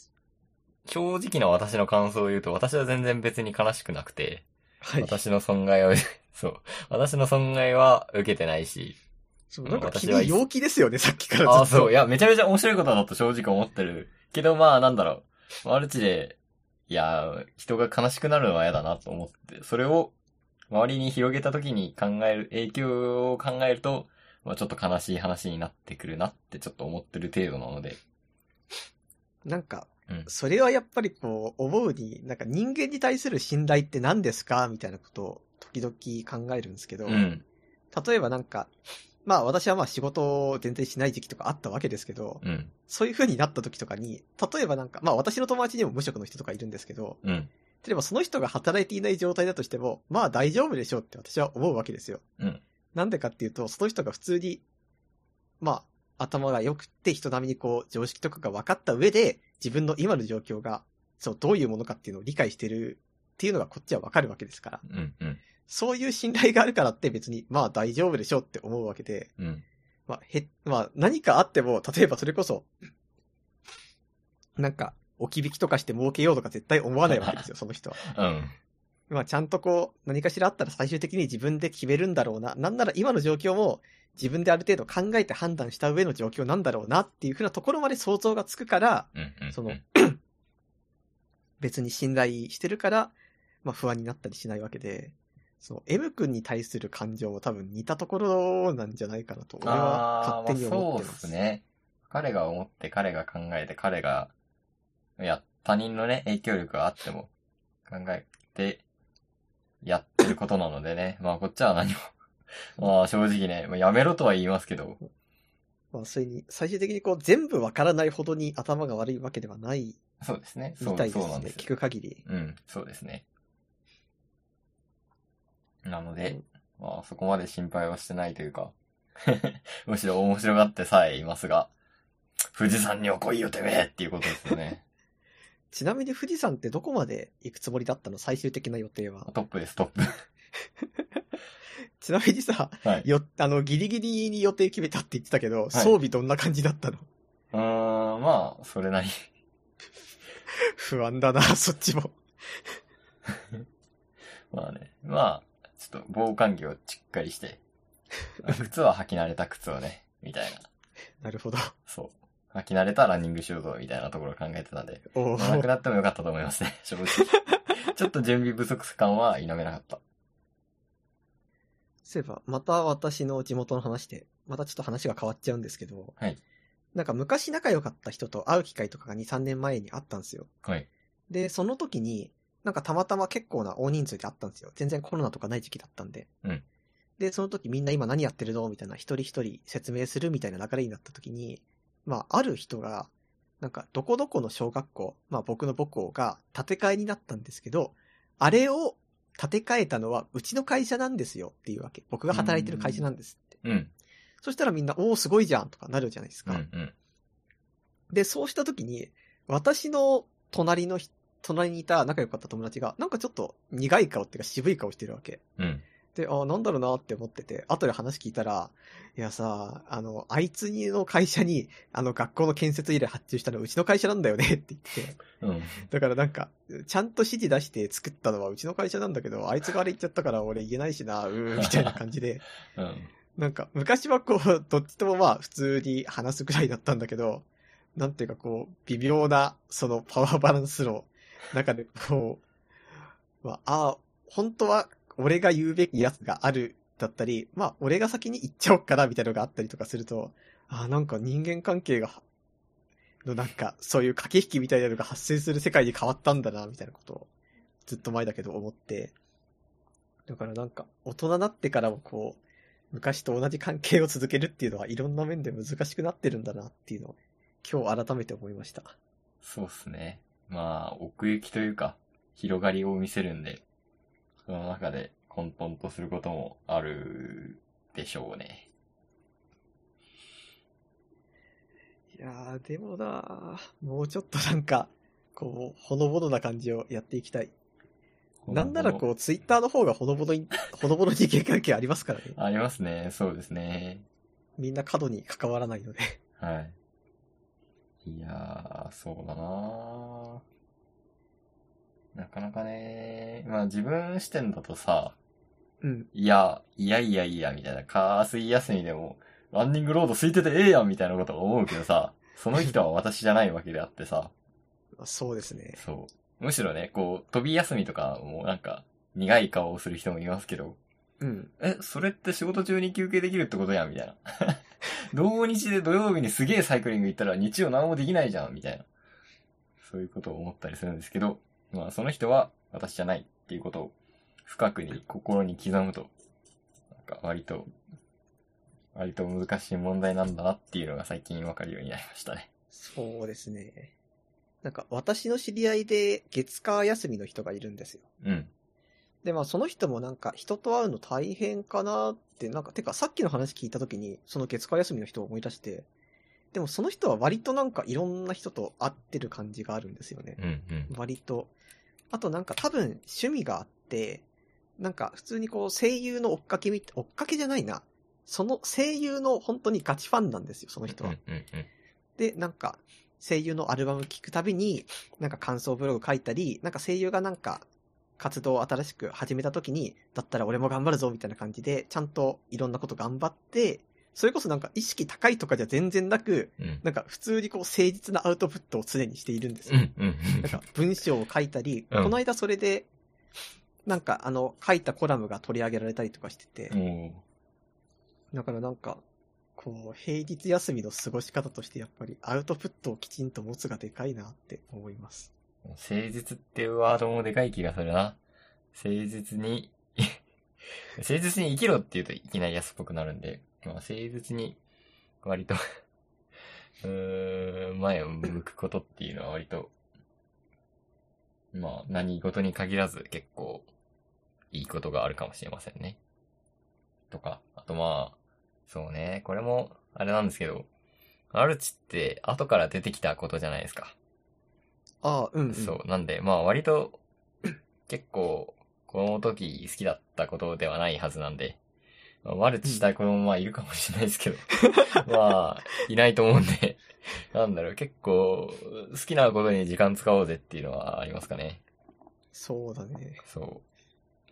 正直な私の感想を言うと、私は全然別に悲しくなくて、 はい。 私の損害は、そう。私の損害は受けてないし。 そう、なんか君陽気ですよね、さっきからずっと。 ああ、そう。いや、めちゃめちゃ面白いことだと正直思ってる。けどまあ、なんだろう。マルチで、いや、人が悲しくなるのは嫌だなと思って、それを周りに広げた時に影響を考えると、まあちょっと悲しい話になってくるなってちょっと思ってる程度なので。 なんか、 うん、 それはやっぱりこう、思うに、なんか人間に対する信頼って何ですかみたいなことを時々考えるんですけど、 うん、 例えばなんか、まあ私はまあ仕事を全然しない時期とかあったわけですけど、 うん、 そういう風になった時とかに、例えばなんか、まあ私の友達にも無職の人とかいるんですけど、 うん、 例えばその人が働いていない状態だとしても、まあ大丈夫でしょうって私は思うわけですよ。 うん。 なんでかっていうと、その人が普通に、まあ頭が良くって人並みにこう常識とかが分かった上で、自分の今の状況が、そうどういうものかっていうのを理解してるっていうのがこっちは分かるわけですから。 うん、うん。 そういう信頼があるからって別に、まあ大丈夫でしょうって思うわけで、 うん。 まあ何かあっても、例えばそれこそ、なんか、置き引きとかして儲けようとか絶対思わないわけですよ、その人は。 うん。 まあちゃんとこう、何かしらあったら最終的に自分で決めるんだろうな。なんなら今の状況も自分である程度考えて判断した上の状況なんだろうなっていうふうなところまで想像がつくから、 うん、うん。 その、別に信頼してるから、 まあ不安になったりしないわけで、その M 君に対する感情も多分似たところなんじゃないかなと、俺は勝手に思ってます。 そうですね。彼が思って、彼が考えて、彼が、他人のね、影響力があっても、考えて、やってることなのでね。まあ、こっちは何も、まあ、正直ね、まあ、やめろとは言いますけど。 まあ、それに、最終的にこう、全部わからないほどに頭が悪いわけではない。 そうですね。 みたいですね。 そうなんです。 聞く限り。 うん、そうですね。なので、まあ、そこまで心配はしてないというか、むしろ面白がってさえいますが、富士山には来いよてめえっていうことですよね。 ちなみに富士山ってどこまで行くつもりだったの？最終的な予定は。 トップです、トップ。 ちなみにさ、 はい、 ギリギリに予定決めたって言ってたけど、 はい、 装備どんな感じだったの？ まあ、それなり。 不安だな、そっちも。 まあね、まあ、ちょっと防寒着をしっかりして、靴は履き慣れた靴をね、みたいな。 なるほど。 そう。履き慣れたランニングシューズみたいなところを考えてたんで、なくなってもよかったと思いますね、正直。ちょっと準備不足感は否めなかった。 そういえば、また私の地元の話で、またちょっと話が変わっちゃうんですけど、 はい。 なんか昔仲良かった人と会う機会とかが2、3年前にあったんですよ。 はい。 で、その時に、なんかたまたま結構な大人数で会ったんですよ。全然コロナとかない時期だったんで。 うん。 で、その時みんな今何やってるのみたいな一人一人説明するみたいな流れになった時に、まあ、ある人が、なんかどこどこの小学校、まあ僕の母校が建て替えになったんですけど、あれを建て替えたのはうちの会社なんですよっていうわけ。僕が働いてる会社なんですって。 うん。 そしたらみんな、おーすごいじゃんとかなるじゃないですか。 うんうん。 で、そうした時に、私の隣にいた仲良かった友達が、なんかちょっと苦い顔っていうか渋い顔してるわけ。 うん。 で、なんだろうなって思ってて、後で話聞いたら、いやさ、あいつの会社に、学校の建設依頼発注したのはうちの会社なんだよねって言って。 うん。 だからなんか、ちゃんと指示出して作ったのはうちの会社なんだけど、あいつがあれ言っちゃったから俺言えないしな、みたいな感じで。 うん。 なんか、昔はこう、どっちともまあ、普通に話すくらいだったんだけど、なんていうかこう、微妙な、そのパワーバランスの中でこう、まあ、本当は俺が言うべきやつがあるだったり、まあ、俺が先に言っちゃおっかなみたいなのがあったりとかすると、なんか人間関係なんか、そういう駆け引きみたいなのが発生する世界に変わったんだな、みたいなことを、ずっと前だけど思って、だからなんか、大人になってからもこう、昔と同じ関係を続けるっていうのはいろんな面で難しくなってるんだなっていうのを、今日改めて思いました。 そうっすね。まあ、奥行きというか、広がりを見せるんで、その中で混沌とすることもあるでしょうね。 いやー、でもなー、もうちょっとなんか、こう、ほのぼのな感じをやっていきたい。なんならこう、ツイッターの方がほのぼの人間関係ありますからね。 ありますね。そうですね。 みんな過度に関わらないので。 はい。いやー、そうだなー。なかなかね、まあ自分視点だとさ、 うん。 いや、みたいな、火水休みでも、ランニングロード空いててええやんみたいなこと思うけどさ、その人は私じゃないわけであってさ。 そうですね。 そう。むしろね、こう、飛び休みとかもなんか、苦い顔をする人もいますけど、 うん。 それって仕事中に休憩できるってことやんみたいな。同日で土曜日にすげえサイクリング行ったら日曜何もできないじゃんみたいな。そういうことを思ったりするんですけど、まあその人は私じゃないっていうことを深くに心に刻むと、なんか割と難しい問題なんだなっていうのが最近わかるようになりましたね。 そうですね。なんか私の知り合いで月火休みの人がいるんですよ。 うん。 で、まあその人もなんか人と会うの大変かなって、なんか、てかさっきの話聞いた時にその月火休みの人を思い出して、でもその人は割となんかいろんな人と会ってる感じがあるんですよね。 うんうん。 割と。あとなんか多分趣味があって、なんか普通にこう声優の追っかけじゃないな。その声優の本当にガチファンなんですよ、その人は。 うんうんうん。 で、なんか声優のアルバム聞くたびに、なんか感想ブログ書いたり、なんか声優がなんか活動を新しく始めた時に、だったら俺も頑張るぞみたいな感じで、ちゃんといろんなこと頑張って、それこそなんか意識高いとかじゃ全然なく、なんか普通にこう誠実なアウトプットを常にしているんですよ。なんか文章を書いたり、この間それで、 なんか書いたコラムが取り上げられたりとかしてて、 おだからなんか、こう、平日休みの過ごし方としてやっぱりアウトプットをきちんと持つがでかいなって思います。 誠実っていうワードもでかい気がするな。誠実に、誠実に生きろって言うといきなり安っぽくなるんで、まあ、誠実に、割と前を向くことっていうのは割と、まあ、何事に限らず結構、いいことがあるかもしれませんね。とか、あとまあ、そうね、これも、あれなんですけど、マルチって後から出てきたことじゃないですか。 ああ、うん、うん。 そう。なんで、まあ割と、結構、この時好きだったことではないはずなんで、まあマルチしたい子もまあいるかもしれないですけど、まあ、いないと思うんで、なんだろう、結構、好きなことに時間使おうぜっていうのはありますかね。 そうだね。 そう。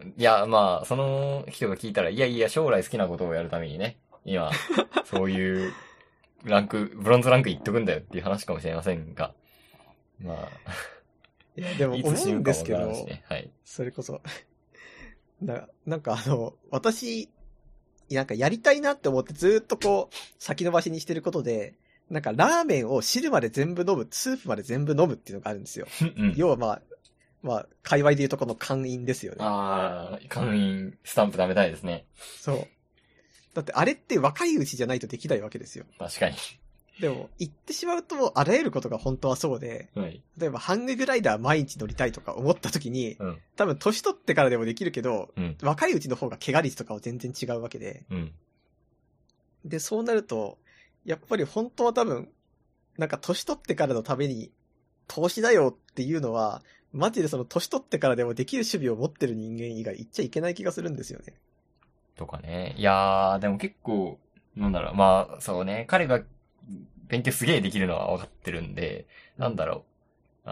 いや、まあ、その人が聞いたら、いやいや、将来好きなことをやるためにね、今、そういうランク、ブロンズランクいっとくんだよっていう話かもしれませんが、まあ、 いや、でもいつ死思うんぬかもわですけど、 からんしね。はい。 それこそ、なんか私、なんかやりたいなって思ってずーっとこう、先延ばしにしてることで、なんかラーメンを汁まで全部飲む、スープまで全部飲むっていうのがあるんですよ。 うん。 要はまあ、界隈でいうとこの会員ですよね。 ああ、会員スタンプ貯めたいですね。 そう。だってあれって若いうちじゃないとできないわけですよ。 確かに。 でも、言ってしまうとあらゆることが本当はそうで、 はい。 例えばハンググライダー毎日乗りたいとか思った時に、 うん。 多分年取ってからでもできるけど、 うん。 若いうちの方が怪我率とかは全然違うわけで、 うん。 で、そうなると、やっぱり本当は多分、なんか年取ってからのために投資だよっていうのは、マジでその年取ってからでもできる守備を持ってる人間以外言っちゃいけない気がするんですよね。 とかね。いやー、でも結構、なんだろう、まあ、そうね、彼が勉強すげえできるのは分かってるんで、なんだろう、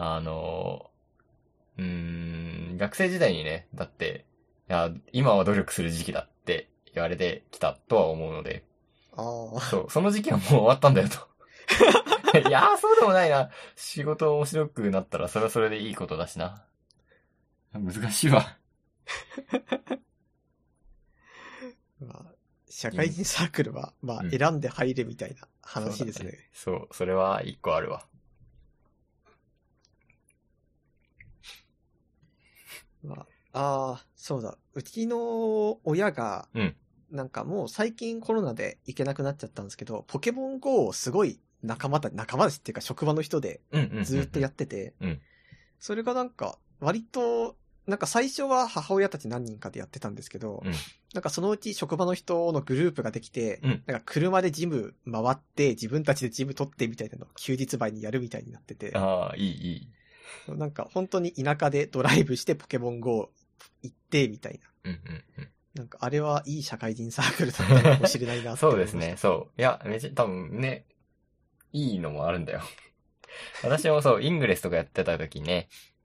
学生時代にね、だって、いや、今は努力する時期だって言われてきたとは思うので、 ああ。 そう、その時期はもう終わったんだよと。いやー、そうでもないな。仕事面白くなったらそれはそれでいいことだしな。難しいわ。 まあ、社会人サークルは、まあ、 うん選んで入れみたいな話ですね。 そう、それは一個あるわ。 まあ、そうだ。うちの親が、 うん。 なんかもう最近コロナで行けなくなっちゃったんですけど、ポケモン GO をすごい仲間たちっていうか職場の人でうんうんうんうん。 ずーっとやってて、 うんそれがなんか割と、なんか最初は母親たち何人かでやってたんですけど、 うんなんかそのうち職場の人のグループができて、 うんなんか車でジム回って自分たちでジム取ってみたいなのを休日前にやるみたいになってて、 ああ、いい。 なんか本当に田舎でドライブしてポケモン GO 行ってみたいな。 うんうんなんかあれはいい社会人サークルだったのかもしれないなうん。 って思いました。 そうですね、そう。いや、めちゃ、多分ね、いいのもあるんだよ。私もそう、イングレスとかやってた時ね、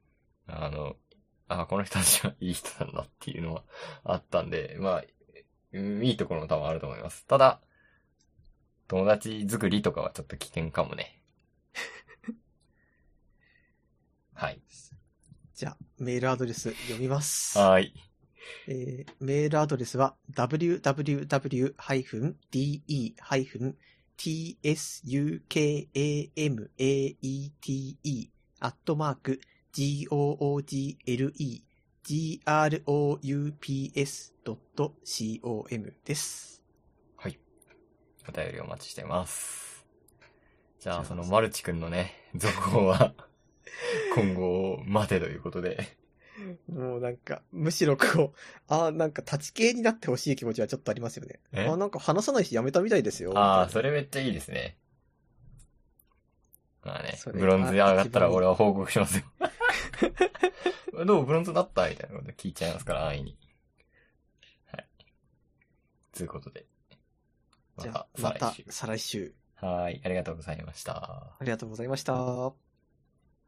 この人たちはいい人なんだっていうのはあったんで、まあ、いいところも多分あると思います。ただ、友達作りとかはちょっと危険かもね。はい。 じゃあ、メールアドレス読みます。 はーい。 メールアドレスは www-tsukamate-google-groups.com です。 はい。お便りお待ちしてます。じゃあ、 じゃあそのマルチ君のね、続報は、今後、待てということで。 もうなんか、むしろこう、なんか立ち系になってほしい気持ちはちょっとありますよね。なんか話さないしやめたみたいですよ。 それめっちゃいいですね。まあね、 それブロンズ上がったら俺は報告しますよ。どうブロンズだったみたいなこと聞いちゃいますから、安易に。はい。ということで。 じゃあ、また再来週。 はい、ありがとうございました。 ありがとうございました。